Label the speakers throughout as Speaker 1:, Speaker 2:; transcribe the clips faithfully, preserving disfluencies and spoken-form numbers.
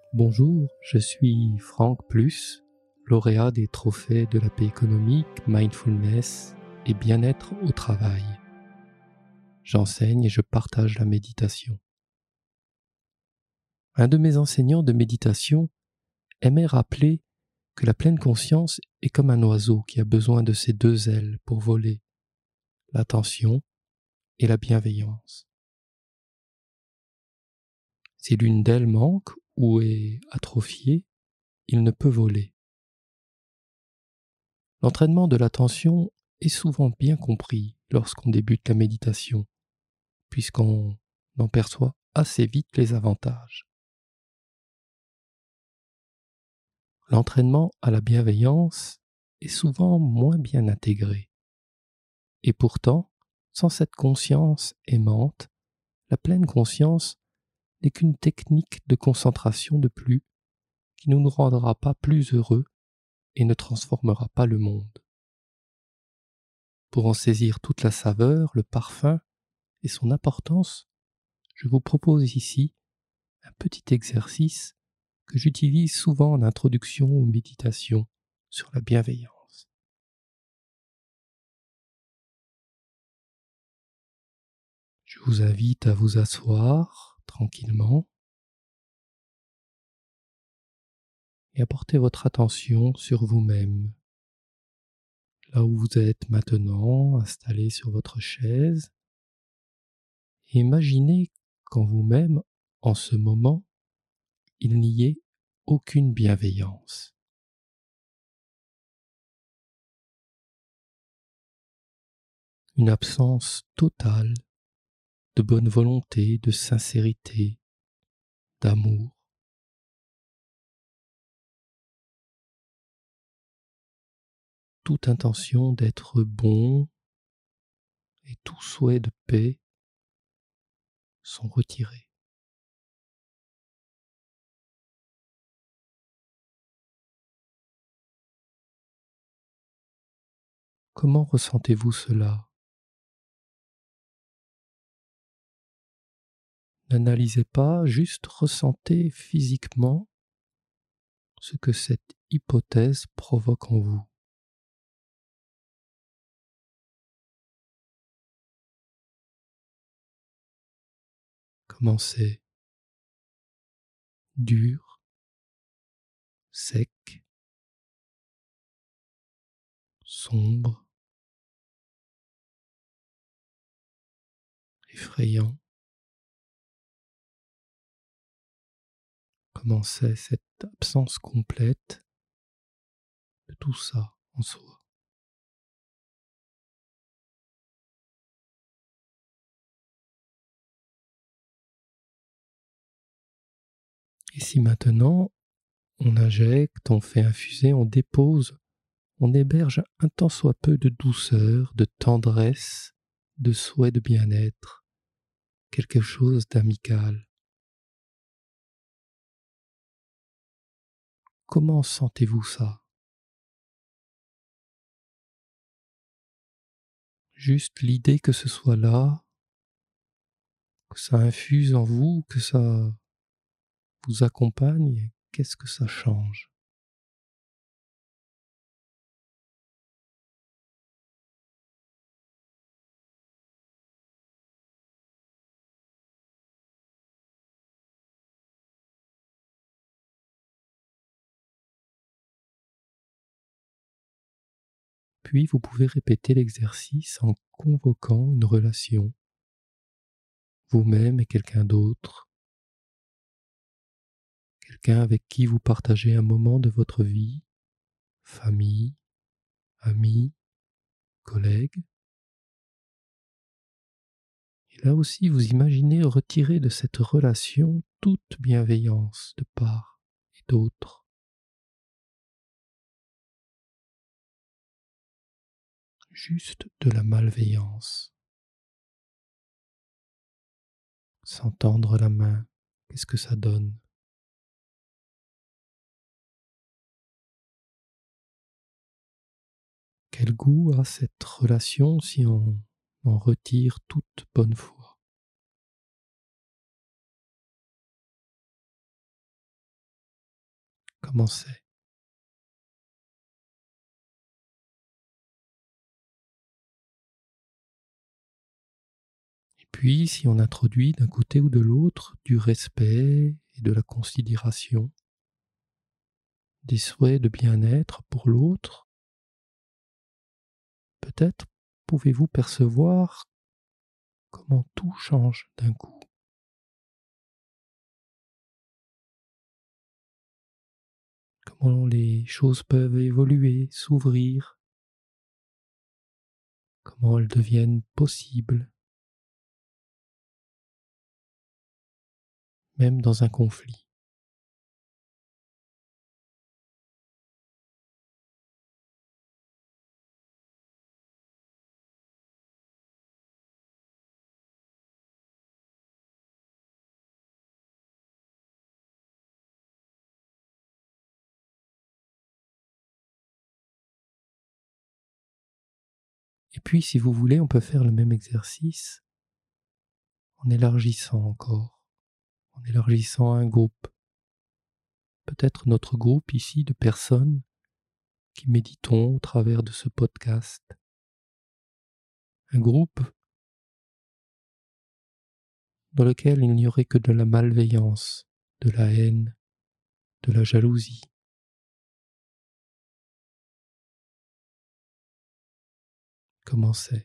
Speaker 1: Bonjour, je suis Franck Plus, lauréat des trophées de la paix économique, mindfulness et bien-être au travail. J'enseigne et je partage la méditation. Un de mes enseignants de méditation aimait rappeler que la pleine conscience est comme un oiseau qui a besoin de ses deux ailes pour voler, l'attention et la bienveillance. Si l'une d'elles manque ou est atrophiée, il ne peut voler. L'entraînement de l'attention est souvent bien compris lorsqu'on débute la méditation, puisqu'on en perçoit assez vite les avantages. L'entraînement à la bienveillance est souvent moins bien intégré. Et pourtant, sans cette conscience aimante, la pleine conscience n'est qu'une technique de concentration de plus qui ne nous rendra pas plus heureux et ne transformera pas le monde. Pour en saisir toute la saveur, le parfum et son importance, je vous propose ici un petit exercice que j'utilise souvent en introduction aux méditations sur la bienveillance. Je vous invite à vous asseoir tranquillement et à porter votre attention sur vous-même, là où vous êtes maintenant, installé sur votre chaise, et imaginez qu'en vous-même, en ce moment, il n'y ait aucune bienveillance. Une absence totale de bonne volonté, de sincérité, d'amour. Toute intention d'être bon et tout souhait de paix sont retirés. Comment ressentez-vous cela? N'analysez pas, juste ressentez physiquement ce que cette hypothèse provoque en vous. Comment c'est dur, sec, sombre, effrayant. Comment c'est cette absence complète de tout ça en soi. Et si maintenant on injecte, on fait infuser, on dépose, on héberge un tant soit peu de douceur, de tendresse, de souhait de bien-être, quelque chose d'amical. Comment sentez-vous ça? Juste l'idée que ce soit là, que ça infuse en vous, que ça vous accompagne, qu'est-ce que ça change? Puis vous pouvez répéter l'exercice en convoquant une relation, vous-même et quelqu'un d'autre, quelqu'un avec qui vous partagez un moment de votre vie, famille, amis, collègues. Et là aussi, vous imaginez retirer de cette relation toute bienveillance de part et d'autre. Juste de la malveillance. Sans tendre la main, qu'est-ce que ça donne? Quel goût a cette relation si on en retire toute bonne foi? Comment c'est? Et puis, si on introduit d'un côté ou de l'autre du respect et de la considération, des souhaits de bien-être pour l'autre, peut-être pouvez-vous percevoir comment tout change d'un coup, comment les choses peuvent évoluer, s'ouvrir, comment elles deviennent possibles, même dans un conflit. Et puis, si vous voulez, on peut faire le même exercice en élargissant encore, en élargissant un groupe. Peut-être notre groupe ici de personnes qui méditons au travers de ce podcast. Un groupe dans lequel il n'y aurait que de la malveillance, de la haine, de la jalousie. Comment c'est?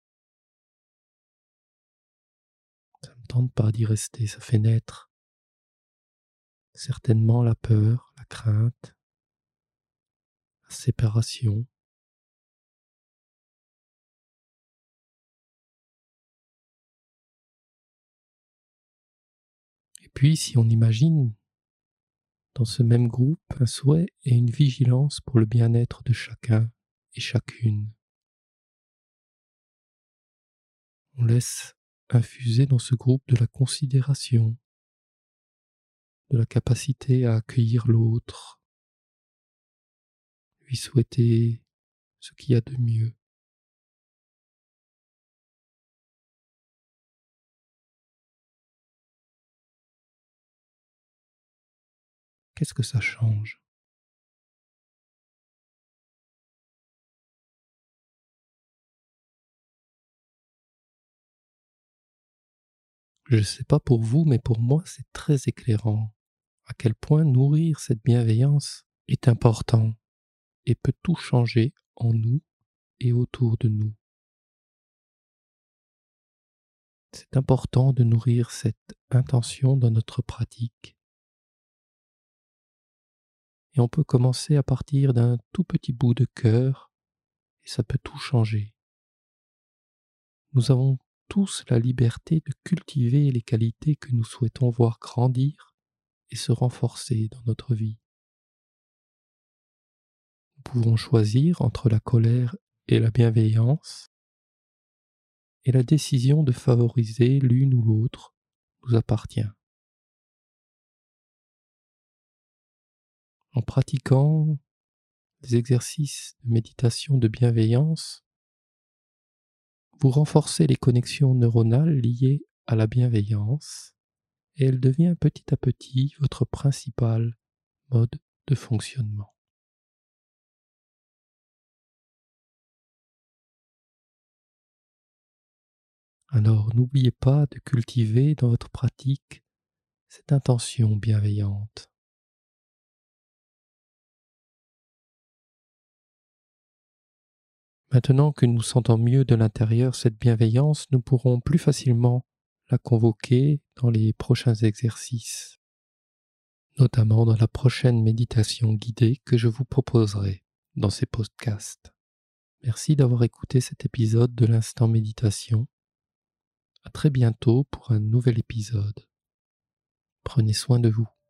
Speaker 1: Ça me tente pas d'y rester, ça fait naître certainement la peur, la crainte, la séparation. Et puis, si on imagine dans ce même groupe un souhait et une vigilance pour le bien-être de chacun et chacune, on laisse infuser dans ce groupe de la considération, de la capacité à accueillir l'autre, lui souhaiter ce qu'il y a de mieux. Qu'est-ce que ça change? Je ne sais pas pour vous, mais pour moi, c'est très éclairant à quel point nourrir cette bienveillance est important et peut tout changer en nous et autour de nous. C'est important de nourrir cette intention dans notre pratique. Et on peut commencer à partir d'un tout petit bout de cœur et ça peut tout changer. Nous avons tous la liberté de cultiver les qualités que nous souhaitons voir grandir et se renforcer dans notre vie. Nous pouvons choisir entre la colère et la bienveillance, et la décision de favoriser l'une ou l'autre nous appartient. En pratiquant des exercices de méditation de bienveillance, vous renforcez les connexions neuronales liées à la bienveillance et elle devient petit à petit votre principal mode de fonctionnement. Alors n'oubliez pas de cultiver dans votre pratique cette intention bienveillante. Maintenant que nous sentons mieux de l'intérieur cette bienveillance, nous pourrons plus facilement la convoquer dans les prochains exercices, notamment dans la prochaine méditation guidée que je vous proposerai dans ces podcasts. Merci d'avoir écouté cet épisode de l'Instant Méditation. À très bientôt pour un nouvel épisode. Prenez soin de vous.